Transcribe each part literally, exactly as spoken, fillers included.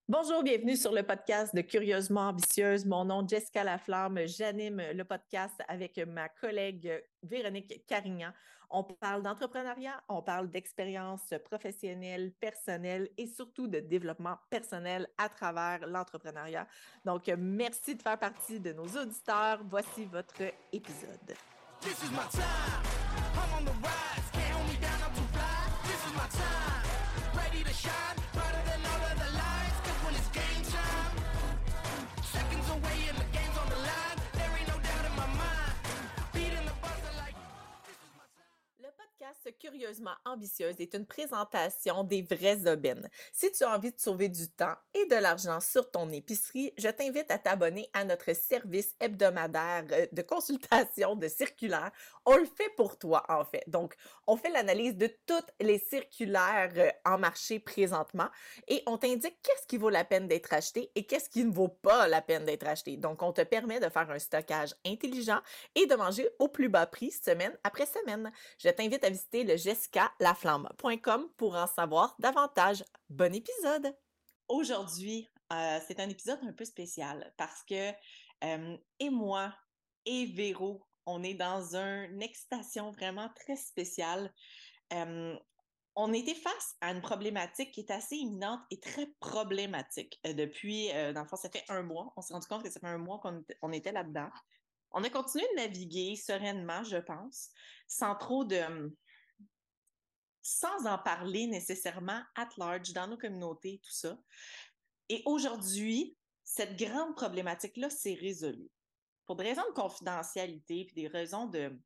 Bonjour, bienvenue sur le podcast de Curieusement Ambitieuse. Mon nom est Jessica Laflamme. J'anime le podcast avec ma collègue Véronique Carignan. On parle d'entrepreneuriat, on parle d'expérience professionnelle, personnelle et surtout de développement personnel à travers l'entrepreneuriat. Donc, merci de faire partie de nos auditeurs. Voici votre épisode. This is my time. I'm on the rise. Can't hold me down, I'm too fly. This is my time. Ready to shine. Brighter than all of the lights. Cause when it's game time, seconds away and the game's on the line. There ain't no doubt in my mind. Beating the buzzer like this is my time. Le podcast Curieusement Ambitieuse est une présentation des vraies aubaines. Si tu as envie de sauver du temps et de l'argent sur ton épicerie, je t'invite à t'abonner à notre service hebdomadaire de consultation de circulaires. On le fait pour toi, en fait. Donc, on fait l'analyse de toutes les circulaires en marché présentement et on t'indique qu'est-ce qui vaut la peine d'être acheté et qu'est-ce qui ne vaut pas la peine d'être acheté. Donc, on te permet de faire un stockage intelligent et de manger au plus bas prix semaine après semaine. Je t'invite à visiter le jessica laflamme point com pour en savoir davantage. Bon épisode! Aujourd'hui, euh, c'est un épisode un peu spécial parce que euh, et moi et Véro, on est dans une excitation vraiment très spéciale. Euh, on était face à une problématique qui est assez imminente et très problématique. Euh, depuis, euh, dans le fond, ça fait un mois. On s'est rendu compte que ça fait un mois qu'on on était là-dedans. On a continué de naviguer sereinement, je pense, sans trop de... sans en parler nécessairement at large dans nos communautés, tout ça. Et aujourd'hui, cette grande problématique-là s'est résolue. Pour des raisons de confidentialité puis des raisons de,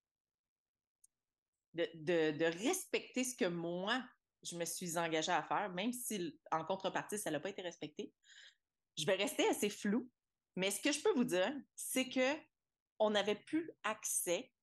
de, de, de respecter ce que moi, je me suis engagée à faire, même si en contrepartie, ça n'a pas été respecté, je vais rester assez flou. Mais ce que je peux vous dire, c'est que on n'avait plus accès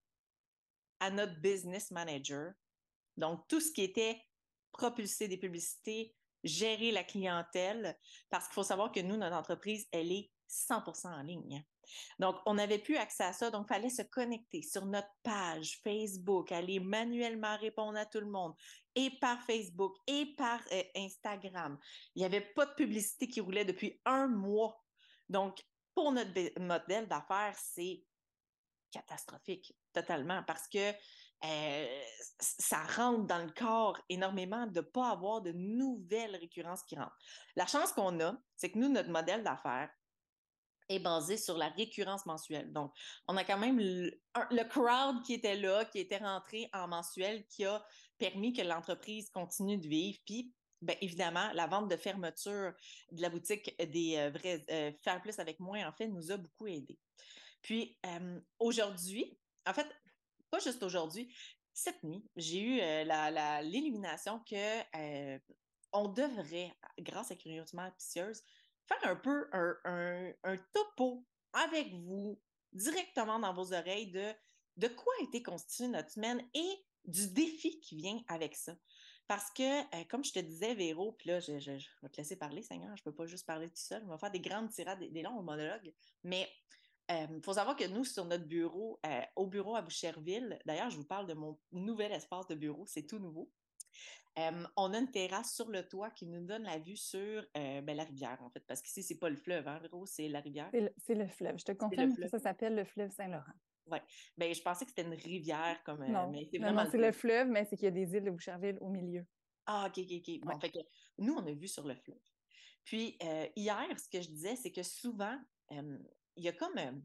à notre business manager. Donc, tout ce qui était propulser des publicités, gérer la clientèle, parce qu'il faut savoir que nous, notre entreprise, elle est cent pour cent en ligne. Donc, on n'avait plus accès à ça, donc il fallait se connecter sur notre page Facebook, aller manuellement répondre à tout le monde, et par Facebook, et par euh, Instagram. Il n'y avait pas de publicité qui roulait depuis un mois. Donc, pour notre modèle d'affaires, c'est catastrophique, totalement, parce que euh, ça rentre dans le corps énormément de ne pas avoir de nouvelles récurrences qui rentrent. La chance qu'on a, c'est que nous, notre modèle d'affaires est basé sur la récurrence mensuelle. Donc, on a quand même le, le crowd qui était là, qui était rentré en mensuel, qui a permis que l'entreprise continue de vivre. Puis, bien évidemment, la vente de fermeture de la boutique des euh, vrais euh, Faire plus avec moins, en fait, nous a beaucoup aidés. Puis euh, aujourd'hui, en fait, pas juste aujourd'hui, cette nuit, j'ai eu euh, la, la, l'illumination que euh, on devrait, grâce à Curieusement Ambitieuse, faire un peu un, un, un topo avec vous, directement dans vos oreilles, de, de quoi a été constituée notre semaine et du défi qui vient avec ça. Parce que, euh, comme je te disais, Véro, puis là, je, je, je vais te laisser parler, Seigneur, je ne peux pas juste parler tout seul, je vais faire des grandes tirades, des, des longs monologues, mais il euh, faut savoir que nous, sur notre bureau, euh, au bureau à Boucherville, d'ailleurs, je vous parle de mon nouvel espace de bureau, c'est tout nouveau. Euh, on a une terrasse sur le toit qui nous donne la vue sur euh, ben, la rivière, en fait, parce qu'ici, c'est pas le fleuve, hein, Véro, c'est la rivière. C'est le, c'est le fleuve. Je te C'est le confirme que fleuve. ça s'appelle le fleuve Saint-Laurent. Oui. Ben, je pensais que c'était une rivière, comme, euh, Non, mais c'est non, vraiment non, le c'est le fleuve. fleuve, mais c'est qu'il y a des îles de Boucherville au milieu. Ah, OK, OK, OK. Ouais. Bon, fait que nous, on a vu sur le fleuve. Puis, euh, hier, ce que je disais, c'est que souvent, euh, il y a comme... euh,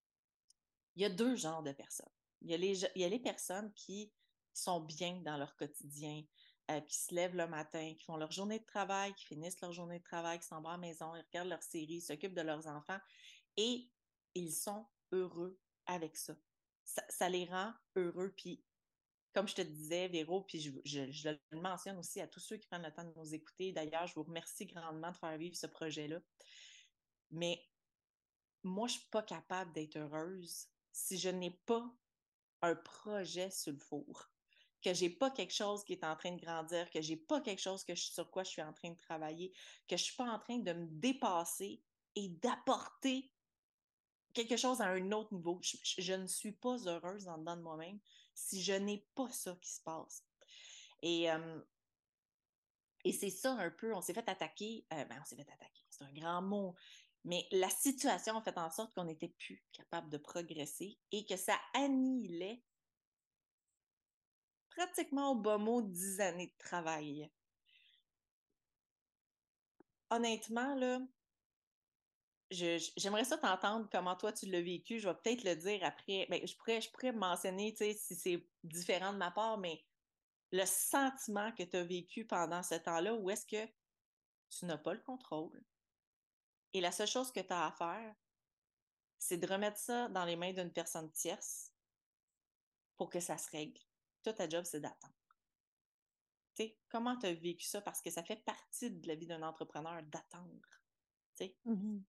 il y a deux genres de personnes. Il y a les, il y a les personnes qui sont bien dans leur quotidien, euh, qui se lèvent le matin, qui font leur journée de travail, qui finissent leur journée de travail, qui s'en vont à la maison, ils regardent leur série, s'occupent de leurs enfants et ils sont heureux avec ça. Ça, ça les rend heureux. Puis, comme je te disais, Véro, puis je, je, je le mentionne aussi à tous ceux qui prennent le temps de nous écouter. D'ailleurs, je vous remercie grandement de faire vivre ce projet-là. Mais moi, je ne suis pas capable d'être heureuse si je n'ai pas un projet sur le four, que j'ai pas quelque chose qui est en train de grandir, que j'ai pas quelque chose que je, sur quoi je suis en train de travailler, que je suis pas en train de me dépasser et d'apporter quelque chose à un autre niveau. Je, je, je ne suis pas heureuse en dedans de moi-même si je n'ai pas ça qui se passe. Et euh, Et c'est ça un peu, on s'est fait attaquer, euh, ben on s'est fait attaquer, c'est un grand mot, mais la situation a fait en sorte qu'on n'était plus capable de progresser et que ça annihilait pratiquement au bas mot dix années de travail. Honnêtement, là, je, j'aimerais ça t'entendre comment toi tu l'as vécu. Je vais peut-être le dire après. Ben, je pourrais, je pourrais mentionner, tu sais, si c'est différent de ma part, mais le sentiment que tu as vécu pendant ce temps-là, où est-ce que tu n'as pas le contrôle et la seule chose que tu as à faire, c'est de remettre ça dans les mains d'une personne tierce pour que ça se règle. Toi, ta job, c'est d'attendre. Tu sais, comment tu as vécu ça? Parce que ça fait partie de la vie d'un entrepreneur d'attendre. Tu sais. Mm-hmm.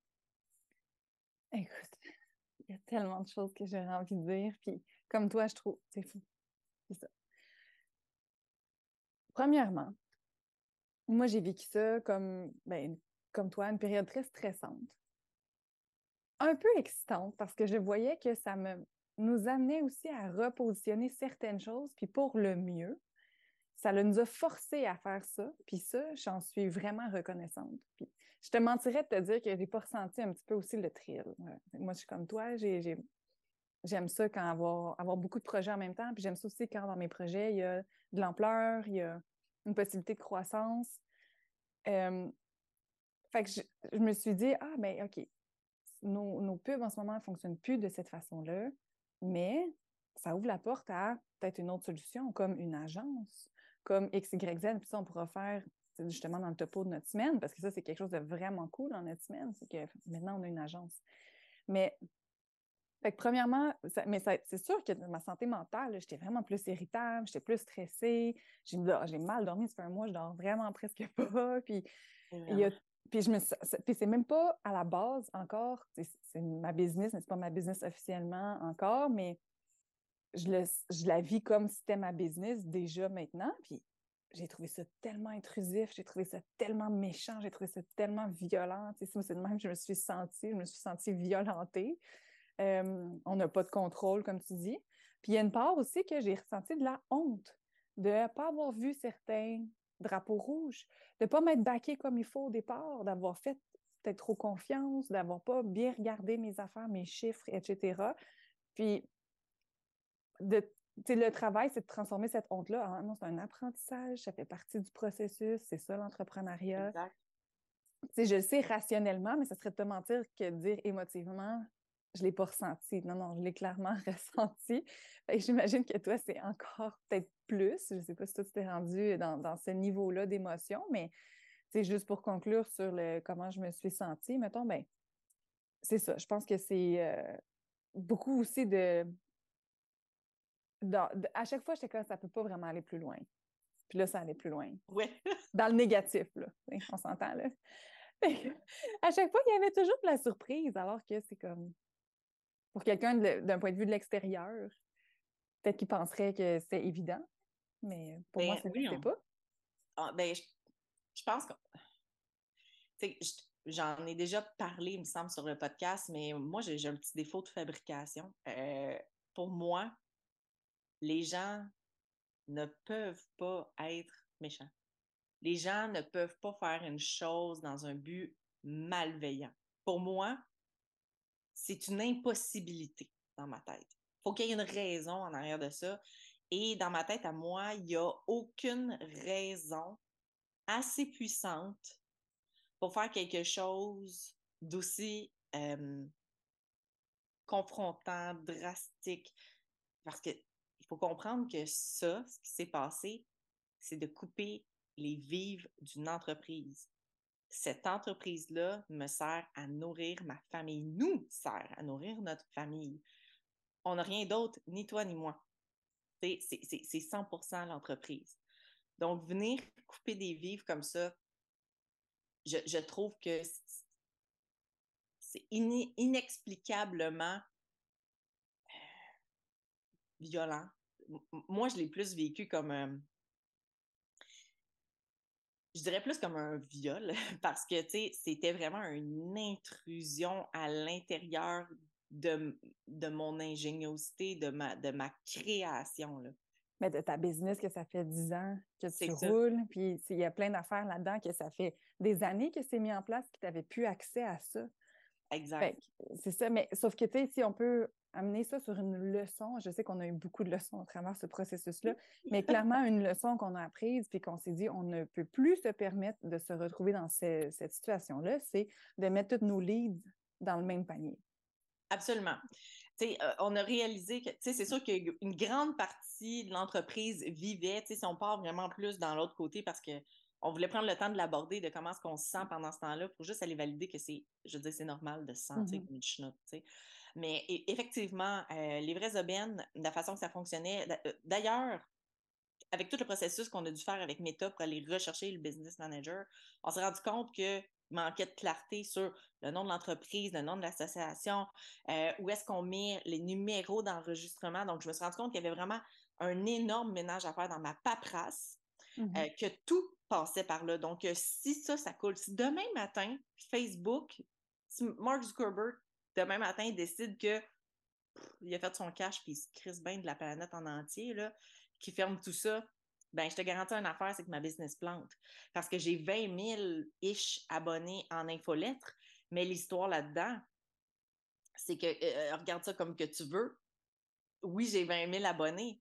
Écoute, il y a tellement de choses que j'aurais envie de dire. Puis, comme toi, je trouve, c'est fou. C'est ça. Premièrement, moi, j'ai vécu ça comme, ben, comme toi, une période très stressante. Un peu excitante parce que je voyais que ça me, nous amenait aussi à repositionner certaines choses, puis pour le mieux. Ça nous a forcés à faire ça, puis ça, j'en suis vraiment reconnaissante. Puis je te mentirais de te dire que j'ai pas ressenti un petit peu aussi le thrill. Ouais. Moi, je suis comme toi, j'ai, j'ai, j'aime ça quand avoir, avoir beaucoup de projets en même temps, puis j'aime ça aussi quand dans mes projets, il y a de l'ampleur, il y a une possibilité de croissance. Euh, fait que je, je me suis dit, ah, ben OK, nos, nos pubs en ce moment ne fonctionnent plus de cette façon-là, mais ça ouvre la porte à peut-être une autre solution, comme une agence, comme X Y Z, puis ça, on pourra faire justement dans le topo de notre semaine, parce que ça, c'est quelque chose de vraiment cool dans notre semaine, c'est que maintenant, on a une agence. Mais, fait que premièrement, ça, mais ça, c'est sûr que ma santé mentale, là, j'étais vraiment plus irritable, j'étais plus stressée, j'ai, j'ai mal dormi, ça fait un mois, je dors vraiment presque pas, puis il y a puis, je me, puis c'est même pas à la base encore, c'est, c'est ma business, mais c'est pas ma business officiellement encore, mais je, le, je la vis comme si c'était ma business déjà maintenant. Puis j'ai trouvé ça tellement intrusif, j'ai trouvé ça tellement méchant, j'ai trouvé ça tellement violent. Tu sais, c'est de même que je me suis sentie, je me suis sentie violentée. Euh, on n'a pas de contrôle, comme tu dis. Puis il y a une part aussi que j'ai ressenti de la honte de ne pas avoir vu certains drapeaux rouges, de ne pas m'être baquée comme il faut au départ, d'avoir fait peut-être trop confiance, d'avoir pas bien regardé mes affaires, mes chiffres, et cetera. Puis, de, le travail, c'est de transformer cette honte-là en non, c'est un apprentissage, ça fait partie du processus, c'est ça l'entrepreneuriat. Exact. T'sais, je le sais rationnellement, mais ça serait de te mentir que de dire émotivement, je ne l'ai pas ressenti. Non, non, je l'ai clairement ressenti. Fait que j'imagine que toi, c'est encore peut-être plus. Je ne sais pas si toi, tu t'es rendu dans, dans ce niveau-là d'émotion, mais juste pour conclure sur le, comment je me suis sentie, mettons, ben, c'est ça. Je pense que c'est euh, beaucoup aussi de, de, de... À chaque fois, j'étais comme ça ne peut pas vraiment aller plus loin. Puis là, ça allait plus loin. Ouais. Dans le négatif, là. On s'entend, là. À chaque fois, il y avait toujours de la surprise, alors que c'est comme pour quelqu'un d'un point de vue de l'extérieur, peut-être qu'il penserait que c'est évident, mais pour moi, Ben ça ne oui, l'était on... pas. ah, ben, je, je pense que j'en ai déjà parlé, il me semble, sur le podcast, mais moi, j'ai, j'ai un petit défaut de fabrication. Euh, pour moi, les gens ne peuvent pas être méchants. Les gens ne peuvent pas faire une chose dans un but malveillant. Pour moi, c'est une impossibilité dans ma tête. Il faut qu'il y ait une raison en arrière de ça. Et dans ma tête, à moi, il n'y a aucune raison assez puissante pour faire quelque chose d'aussi euh, confrontant, drastique. Parce qu'il faut comprendre que ça, ce qui s'est passé, c'est de couper les vivres d'une entreprise. Cette entreprise-là me sert à nourrir ma famille, nous sert à nourrir notre famille. On n'a rien d'autre, ni toi ni moi. C'est, c'est, c'est cent pour cent l'entreprise. Donc, venir couper des vivres comme ça, je, je trouve que c'est in, inexplicablement violent. Moi, je l'ai plus vécu comme, euh, je dirais plus comme un viol, parce que, tu sais, c'était vraiment une intrusion à l'intérieur de, de mon ingéniosité, de ma, de ma création, là. Mais de ta business, que ça fait dix ans que C'est tu ça. roules, puis il y a plein d'affaires là-dedans que ça fait des années que c'est mis en place, puis tu n'avais plus accès à ça. Exact. Fait que c'est ça, mais sauf que, tu sais, si on peut amener ça sur une leçon, je sais qu'on a eu beaucoup de leçons à travers ce processus-là, mais clairement, une leçon qu'on a apprise, puis qu'on s'est dit, on ne peut plus se permettre de se retrouver dans ce- cette situation-là, c'est de mettre tous nos leads dans le même panier. Absolument. Tu sais, euh, on a réalisé que, tu sais, c'est sûr qu'une grande partie de l'entreprise vivait, tu sais, si on part vraiment plus dans l'autre côté, parce que on voulait prendre le temps de l'aborder, de comment est-ce qu'on se sent pendant ce temps-là, pour juste aller valider que c'est, je veux dire, c'est normal de se sentir Mhm. comme une chenoute, tu sais. Mais e- effectivement, euh, les vraies aubaines, de la façon que ça fonctionnait, d'ailleurs, avec tout le processus qu'on a dû faire avec Meta pour aller rechercher le business manager, on s'est rendu compte que manquait de clarté sur le nom de l'entreprise, le nom de l'association, euh, où est-ce qu'on met les numéros d'enregistrement. Donc, je me suis rendu compte qu'il y avait vraiment un énorme ménage à faire dans ma paperasse, Mhm. euh, que tout passait par là. Donc, euh, si ça, ça coule, si demain matin, Facebook, si Mark Zuckerberg, demain matin, décide que pff, il a fait son cash puis il se crisse bien de la planète en entier, là, qui ferme tout ça, ben, je te garantis une affaire, c'est que ma business plante. Parce que j'ai vingt mille-ish abonnés en infolettre, mais l'histoire là-dedans, c'est que, euh, regarde ça comme que tu veux. Oui, j'ai vingt mille abonnés,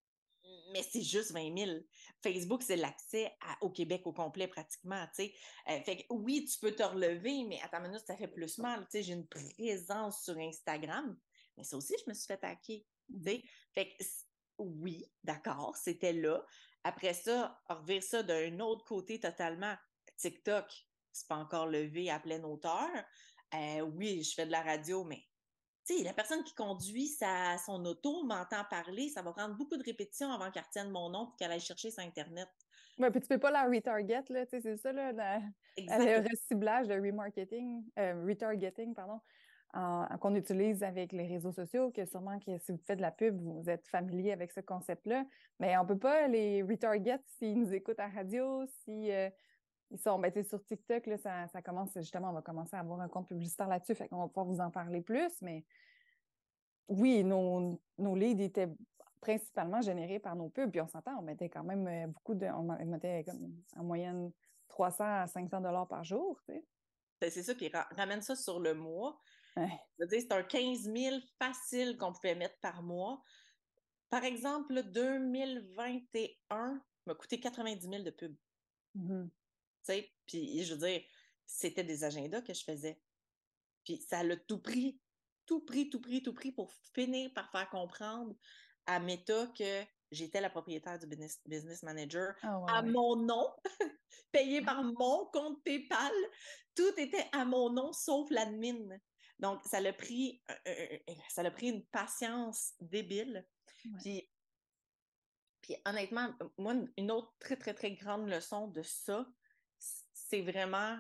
mais c'est juste vingt mille. Facebook, c'est l'accès à, au Québec au complet, pratiquement, tu sais. Euh, fait que oui, tu peux te relever, mais à ta minute, ça fait plus mal. Tu sais, j'ai une présence sur Instagram, mais ça aussi, je me suis fait hacker, tu sais. Fait que oui, d'accord, c'était là. Après ça, revire ça d'un autre côté totalement. TikTok, c'est pas encore levé à pleine hauteur. Euh, oui, je fais de la radio, mais tu sais, la personne qui conduit sa, son auto m'entend parler, ça va prendre beaucoup de répétitions avant qu'elle retienne mon nom et qu'elle aille chercher sur Internet. Ouais, puis tu peux pas la retarget, là, tu sais, c'est ça, là, la- Exactement. le reciblage, le remarketing, euh, retargeting, pardon, en- en- qu'on utilise avec les réseaux sociaux, que sûrement que si vous faites de la pub, vous êtes familier avec ce concept-là, mais on peut pas les retarget s'ils nous écoutent à la radio, si euh, ils sont, ben, tu sais, sur TikTok, là, ça, ça commence, justement, on va commencer à avoir un compte publicitaire là-dessus, fait qu'on va pouvoir vous en parler plus, mais oui, nos, nos leads étaient principalement générés par nos pubs. Puis on s'entend, on mettait quand même euh, beaucoup de. On mettait comme en moyenne trois cents à cinq cents dollars par jour, tu sais. Ben, c'est ça, puis ra- ramène ça sur le mois. Ouais. Je veux dire, c'est un quinze mille facile qu'on pouvait mettre par mois. Par exemple, là, deux mille vingt et un m'a coûté quatre-vingt-dix mille de pub. Mhm. Tu sais, puis je veux dire, c'était des agendas que je faisais. Puis ça l'a tout pris, tout pris, tout pris, tout pris pour finir par faire comprendre à Meta que j'étais la propriétaire du business, business manager Ah ouais, à ouais. mon nom, payé par mon compte PayPal. Tout était à mon nom sauf l'admin. Donc, ça l'a pris, euh, euh, euh, ça l'a pris une patience débile. Ouais. Puis, puis honnêtement, moi, une autre très, très, très grande leçon de ça, c'est vraiment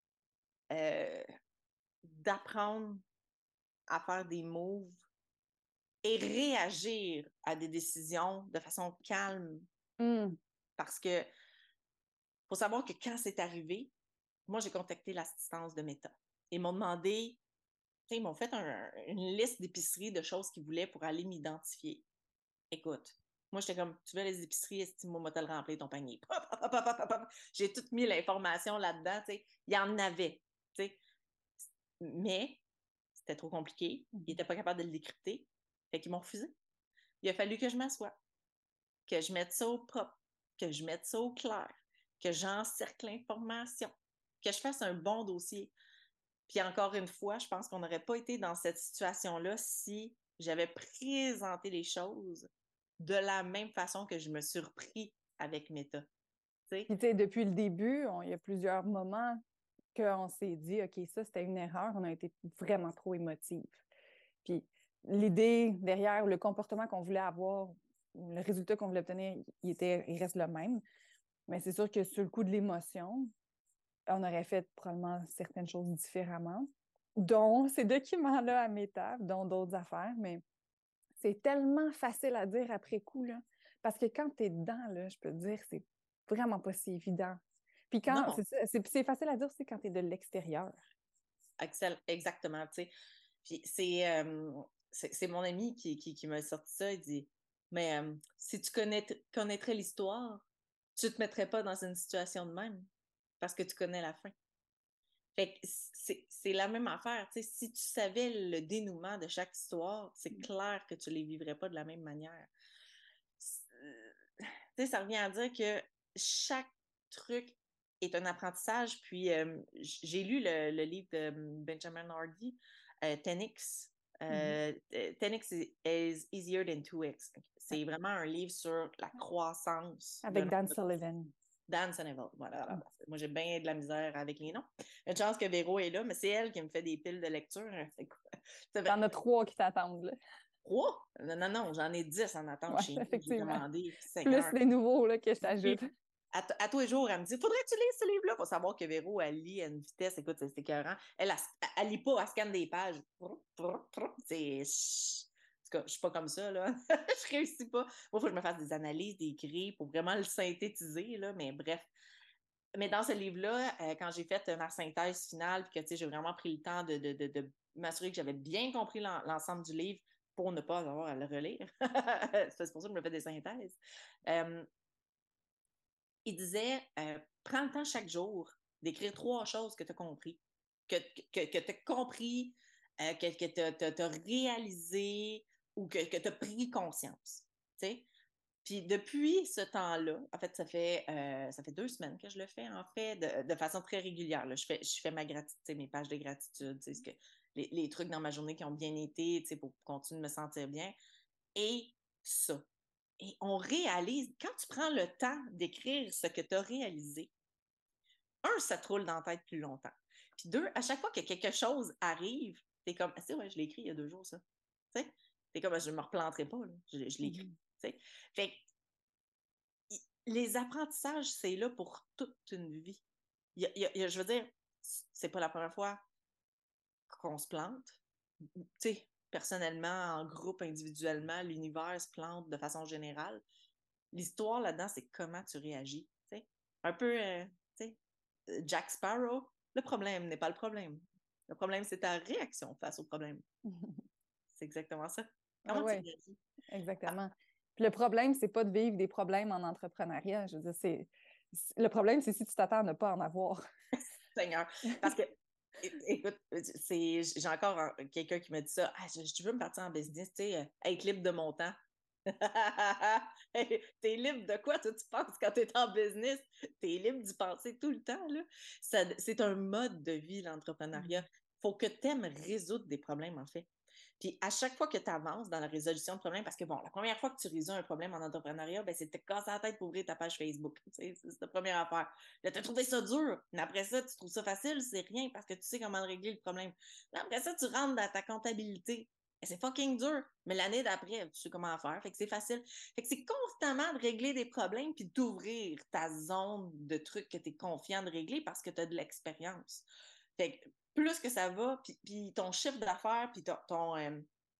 euh, d'apprendre à faire des moves et réagir à des décisions de façon calme. Mm. Parce que faut savoir que quand c'est arrivé, moi, j'ai contacté l'assistance de Meta. Ils m'ont demandé, ils m'ont fait un, une liste d'épiceries de choses qu'ils voulaient pour aller m'identifier. Écoute, moi, j'étais comme, tu veux les épiceries, estime-moi, moi, te le remplir ton panier. J'ai tout mis l'information là-dedans, tu sais. Il y en avait, tu sais. Mais c'était trop compliqué. Ils n'étaient pas capables de le décrypter. Fait qu'ils m'ont refusé. Il a fallu que je m'assoie, que je mette ça au propre, que je mette ça au clair, que j'encercle l'information, que je fasse un bon dossier. Puis encore une fois, je pense qu'on n'aurait pas été dans cette situation-là si j'avais présenté les choses de la même façon que je me suis repris avec Meta. Puis, tu sais, depuis le début, on- il y a plusieurs moments qu'on s'est dit, OK, ça, c'était une erreur. On a été vraiment trop émotifs. Puis, l'idée derrière le comportement qu'on voulait avoir, le résultat qu'on voulait obtenir, il, était, il reste le même. Mais c'est sûr que sur le coup de l'émotion, on aurait fait probablement certaines choses différemment, dont ces documents-là à Meta, dont d'autres affaires, mais c'est tellement facile à dire après coup, là. Parce que quand tu es dedans, là, je peux te dire, c'est vraiment pas si évident. Puis quand, Non, c'est, ça, c'est, c'est facile à dire aussi quand tu es de l'extérieur. Axel, exactement, tu sais. Puis c'est, euh, c'est, c'est mon ami qui, qui, qui m'a sorti ça. Il dit, Mais euh, si tu connais, connaîtrais l'histoire, tu ne te mettrais pas dans une situation de même parce que tu connais la fin. Fait que c'est, c'est la même affaire. T'sais, si tu savais le dénouement de chaque histoire, c'est clair que tu ne les vivrais pas de la même manière. T'sais, ça revient à dire que chaque truc est un apprentissage. Puis euh, j'ai lu le, le livre de Benjamin Hardy, euh, ten X. Euh, mm-hmm. ten X is, is easier than two X. C'est vraiment un livre sur la croissance. Avec Dan Sullivan. Dan Sullivan, voilà. voilà. Mm. Moi, j'ai bien de la misère avec les noms. Une chance que Véro est là, mais c'est elle qui me fait des piles de lecture. T'en as trois qui t'attendent, là. Trois? Non, non, non, j'en ai dix en attente ouais, chez nous. J'ai commandé. Plus les nouveaux là, que je t'ajoute. À, t- à tous les jours, elle me dit, faudrait que tu lises ce livre-là. Il faut savoir que Véro, elle lit à une vitesse, écoute, c'est écœurant. Elle, elle, elle lit pas, elle scanne des pages. C'est... En tout cas, je suis pas comme ça, là. Je réussis pas. Moi, il faut que je me fasse des analyses, des grilles pour vraiment le synthétiser, là. Mais bref. Mais dans ce livre-là, euh, quand j'ai fait ma synthèse finale, puis que, tu sais, j'ai vraiment pris le temps de, de, de, de m'assurer que j'avais bien compris l'en, l'ensemble du livre pour ne pas avoir à le relire. C'est pour ça que je me fais des synthèses. Euh, il disait, euh, prends le temps chaque jour d'écrire trois choses que tu as compris, que, que, que tu as compris, euh, que, que tu as réalisé ou que, que tu as pris conscience. Tu sais? Puis depuis ce temps-là, en fait, ça fait, euh, ça fait deux semaines que je le fais, en fait, de, de façon très régulière. Là. Je, fais, je fais ma gratitude, mes pages de gratitude, ce que, les, les trucs dans ma journée qui ont bien été pour continuer de me sentir bien. Et ça. Et on réalise, quand tu prends le temps d'écrire ce que tu as réalisé, un, ça te roule dans la tête plus longtemps. Puis deux, à chaque fois que quelque chose arrive, t'es comme, ah, c'est ouais, je l'ai écrit il y a deux jours, ça. Tu sais? T'es comme, je ne me replanterai pas, là. Je, je l'ai écrit. Mm-hmm. Fait que les apprentissages, c'est là pour toute une vie. Il y a, il y a, il y a, je veux dire, c'est pas la première fois qu'on se plante. Tu sais, personnellement, en groupe, individuellement, l'univers se plante de façon générale. L'histoire là-dedans, c'est comment tu réagis. T'sais? Un peu, euh, tu sais, Jack Sparrow, le problème n'est pas le problème. Le problème, c'est ta réaction face au problème. C'est exactement ça. Comment ouais, tu réagis? Exactement. Ah. Puis le problème, c'est pas de vivre des problèmes en entrepreneuriat. Je veux dire, c'est... Le problème, c'est si tu t'attends à ne pas en avoir. Seigneur. Parce que, écoute, c'est... j'ai encore un... quelqu'un qui me dit ça. Ah, je, je veux me partir en business, tu sais, être libre de mon temps. T'es libre de quoi, toi, tu penses quand t'es en business? T'es libre d'y penser tout le temps, là. Ça, c'est un mode de vie, l'entrepreneuriat. Il faut que tu aimes résoudre des problèmes, en fait. Puis à chaque fois que tu avances dans la résolution de problèmes, parce que bon, la première fois que tu résous un problème en entrepreneuriat, ben, c'est de te casser la tête pour ouvrir ta page Facebook. C'est, c'est la première affaire. Là, tu as trouvé ça dur, mais après ça, tu trouves ça facile, c'est rien parce que tu sais comment régler le problème. Là, après ça, tu rentres dans ta comptabilité. Et c'est fucking dur. Mais l'année d'après, tu sais comment faire. Fait que c'est facile. Fait que c'est constamment de régler des problèmes puis d'ouvrir ta zone de trucs que tu es confiant de régler parce que tu as de l'expérience. Fait que plus que ça va, puis, puis ton chiffre d'affaires, puis ton, ton euh,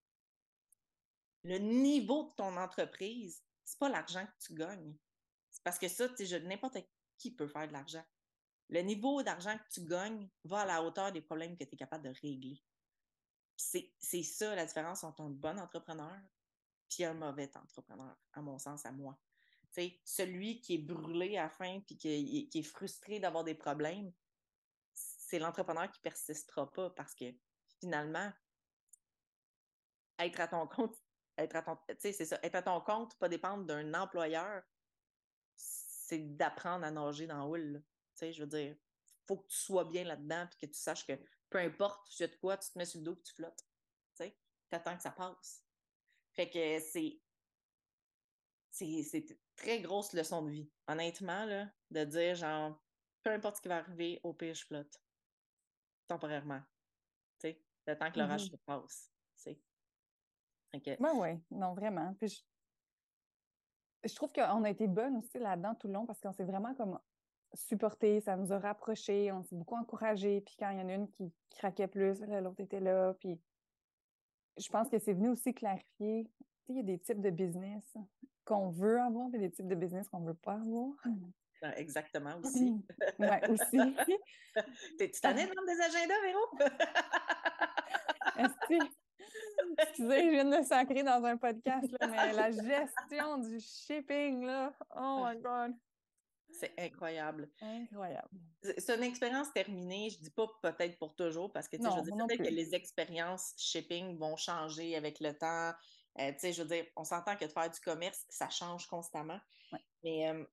le niveau de ton entreprise, c'est pas l'argent que tu gagnes. C'est parce que ça, tu sais, n'importe qui peut faire de l'argent. Le niveau d'argent que tu gagnes va à la hauteur des problèmes que tu es capable de régler. C'est, c'est ça la différence entre un bon entrepreneur et un mauvais entrepreneur, à mon sens, à moi. T'sais, celui qui est brûlé à la fin et qui, qui est frustré d'avoir des problèmes, c'est l'entrepreneur qui ne persistera pas parce que finalement, être à ton compte, être à ton, c'est ça, être à ton compte, pas dépendre d'un employeur, c'est d'apprendre à nager dans l'houle. Je veux dire, il faut que tu sois bien là-dedans et que tu saches que peu importe tu as de quoi, tu te mets sur le dos et tu flottes. Tu attends que ça passe. Fait que c'est, c'est, c'est une très grosse leçon de vie, honnêtement, là, de dire genre, peu importe ce qui va arriver, au pire, je flotte. Temporairement. Tu sais, le temps que l'orage mm-hmm. se passe. Tu sais. Okay. Ben oui, non, vraiment. Puis je, je trouve qu'on a été bonne aussi là-dedans tout le long parce qu'on s'est vraiment comme supporté, ça nous a rapprochés, on s'est beaucoup encouragés. Puis quand il y en a une qui craquait plus, l'autre était là. Puis je pense que c'est venu aussi clarifier, tu sais, il y a des types de business qu'on veut avoir et des types de business qu'on ne veut pas avoir. Exactement, aussi. Oui, aussi. T'es-tu tannée de vendre des agendas, Véro? Est-ce que... Excusez, je viens de me sacrer dans un podcast, là, mais la gestion du shipping, là, oh my God! C'est incroyable. Incroyable. C'est une expérience terminée. Je dis pas peut-être pour toujours, parce que, tu sais, je veux Non, dire, moi non peut-être que plus. les expériences shipping vont changer avec le temps. Euh, tu sais, je veux dire, on s'entend que de faire du commerce, ça change constamment. Ouais. Mais euh,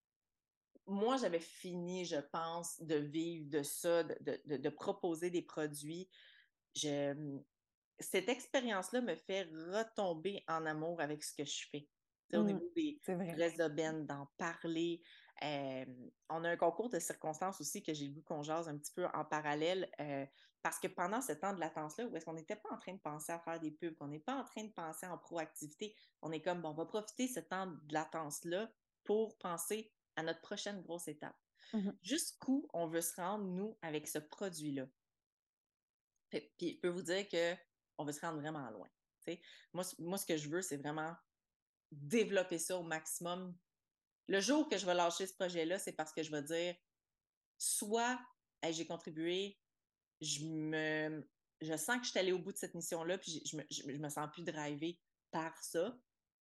moi, j'avais fini, je pense, de vivre de ça, de, de, de proposer des produits. Je, cette expérience-là me fait retomber en amour avec ce que je fais. T'sais, au Mm, niveau des c'est vrai. vraies aubaines, d'en parler. Euh, on a un concours de circonstances aussi que j'ai le goût qu'on jase un petit peu en parallèle euh, parce que pendant ce temps de latence-là, où est-ce qu'on n'était pas en train de penser à faire des pubs, qu'on n'est pas en train de penser en proactivité, on est comme, bon, on va profiter ce temps de latence-là pour penser à notre prochaine grosse étape. Mhm. Jusqu'où on veut se rendre, nous, avec ce produit-là. Puis je peux vous dire qu'on veut se rendre vraiment loin. T'sais. Moi, moi, ce que je veux, c'est vraiment développer ça au maximum. Le jour que je vais lâcher ce projet-là, c'est parce que je vais dire soit hey, j'ai contribué, je me je sens que je suis allée au bout de cette mission-là, puis je me, je, je me sens plus drivée par ça,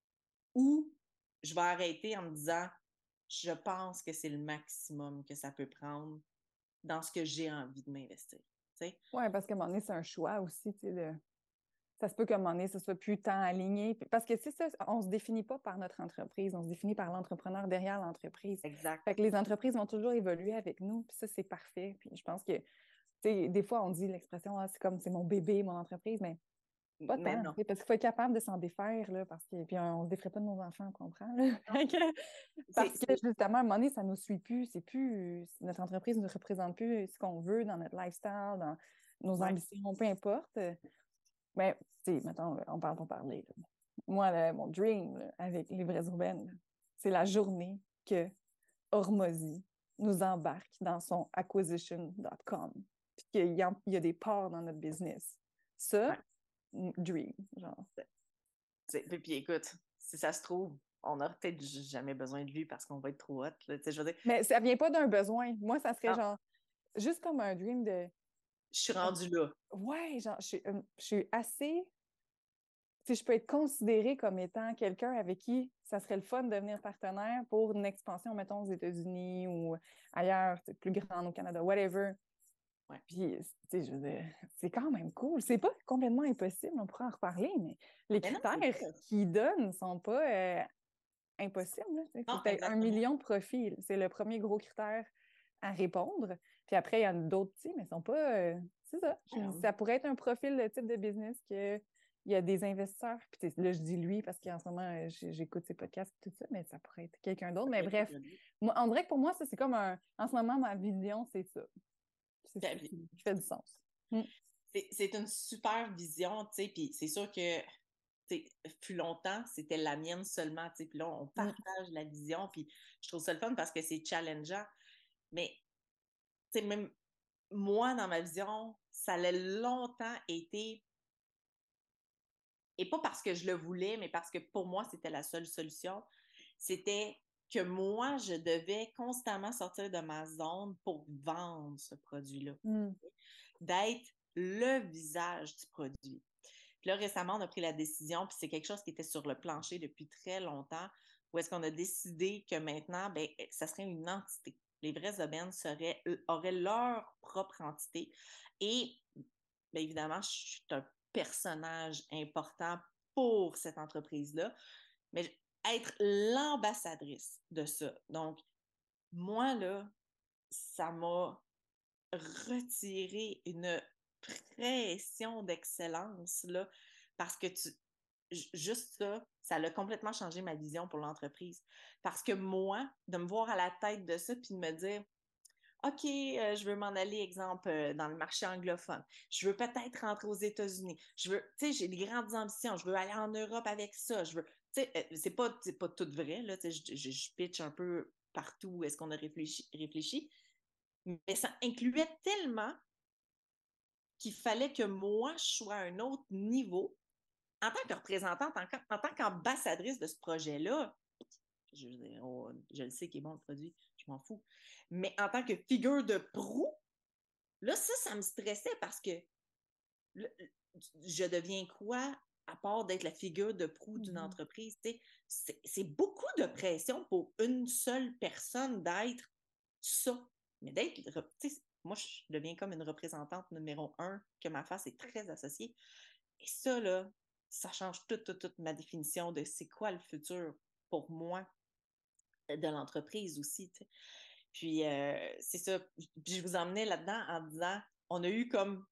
ou je vais arrêter en me disant je pense que c'est le maximum que ça peut prendre dans ce que j'ai envie de m'investir. Oui, parce qu'à un moment donné, c'est un choix aussi, tu sais, de... ça se peut qu'à un moment donné, ce soit plus tant aligné. Parce que c'est ça, on ne se définit pas par notre entreprise, on se définit par l'entrepreneur derrière l'entreprise. Exact. Fait que les entreprises vont toujours évoluer avec nous, puis ça, c'est parfait. Puis je pense que, tu sais, des fois, on dit l'expression, ah, c'est comme c'est mon bébé, mon entreprise, mais pas Mais tant, non. parce qu'il faut être capable de s'en défaire, là, parce que, puis on ne se déferait pas de nos enfants, on comprend, là. Parce que, justement, à un moment donné, ça ne nous suit plus, c'est plus, notre entreprise ne représente plus ce qu'on veut dans notre lifestyle, dans nos ouais. ambitions, peu importe. Mais, tu sais, mettons, on parle pour parler. Là. Moi, là, mon dream là, avec les vraies urbaines, c'est la journée que Hormozy nous embarque dans son acquisition dot com, puis qu'il y, a, il y a des parts dans notre business. Ça, ouais. dream, genre. C'est, puis, puis écoute, si ça se trouve, on n'aura peut-être jamais besoin de lui parce qu'on va être trop hot. Là, je veux dire... Mais ça vient pas d'un besoin. Moi, ça serait non. genre juste comme un dream de... Je suis rendue là. Ouais, genre, je suis, euh, je suis assez... Si je peux être considérée comme étant quelqu'un avec qui ça serait le fun de devenir partenaire pour une expansion, mettons, aux États-Unis ou ailleurs, plus grande au Canada, whatever. Ouais. Puis, tu sais, je veux dire, c'est quand même cool. C'est pas complètement impossible, on pourra en reparler, mais les mais critères qu'ils donnent ne sont pas euh, impossibles. Il faut peut-être un million de profils. C'est le premier gros critère à répondre. Puis après, il y en a d'autres petits, mais ils ne sont pas... Euh, c'est ça. Ouais. Ça pourrait être un profil, le type de business que... Il y a des investisseurs, puis là, je dis lui parce qu'en ce moment, j'écoute ses podcasts et tout ça, mais ça pourrait être quelqu'un d'autre. Mais bref, moi, on dirait que pour moi, ça, c'est comme un... En ce moment, ma vision, c'est ça. C'est ça qui fait du sens. Mm. C'est, c'est une super vision, tu sais, puis c'est sûr que, tu sais, plus longtemps, c'était la mienne seulement, tu sais, puis là, on partage mm. la vision, puis je trouve ça le fun parce que c'est challengeant. Mais, tu sais, même moi, dans ma vision, ça a longtemps été... Et pas parce que je le voulais, mais parce que pour moi, c'était la seule solution. C'était que moi, je devais constamment sortir de ma zone pour vendre ce produit-là. Mm. D'être le visage du produit. Puis là, récemment, on a pris la décision, puis c'est quelque chose qui était sur le plancher depuis très longtemps, où est-ce qu'on a décidé que maintenant, ben, ça serait une entité. Les vraies aubaines seraient, auraient leur propre entité. Et, bien évidemment, je suis un personnage important pour cette entreprise-là, mais être l'ambassadrice de ça. Donc, moi, là, ça m'a retiré une pression d'excellence, là, parce que tu, juste ça, ça a complètement changé ma vision pour l'entreprise. Parce que moi, de me voir à la tête de ça, puis de me dire, OK, euh, je veux m'en aller, exemple, euh, dans le marché anglophone. Je veux peut-être rentrer aux États-Unis. Je veux, tu sais, j'ai des grandes ambitions. Je veux aller en Europe avec ça. Je veux, tu sais, euh, c'est pas, c'est pas tout vrai, là, tu sais, je, je, je pitch un peu partout où est-ce qu'on a réfléchi, réfléchi. Mais ça incluait tellement qu'il fallait que moi, je sois à un autre niveau. En tant que représentante, en, en tant qu'ambassadrice de ce projet-là, je, oh, je le sais qu'il est bon le produit, je m'en fous. Mais en tant que figure de proue, là, ça, ça me stressait parce que le, je deviens quoi à part d'être la figure de proue d'une Mhm. entreprise? C'est, c'est beaucoup de pression pour une seule personne d'être ça. Mais d'être, moi, je deviens comme une représentante numéro un, que ma face est très associée. Et ça, là, ça change toute, toute, toute ma définition de c'est quoi le futur pour moi de l'entreprise aussi. T'sais. Puis, euh, c'est ça. Puis, je vous emmenais là-dedans en disant, on a eu comme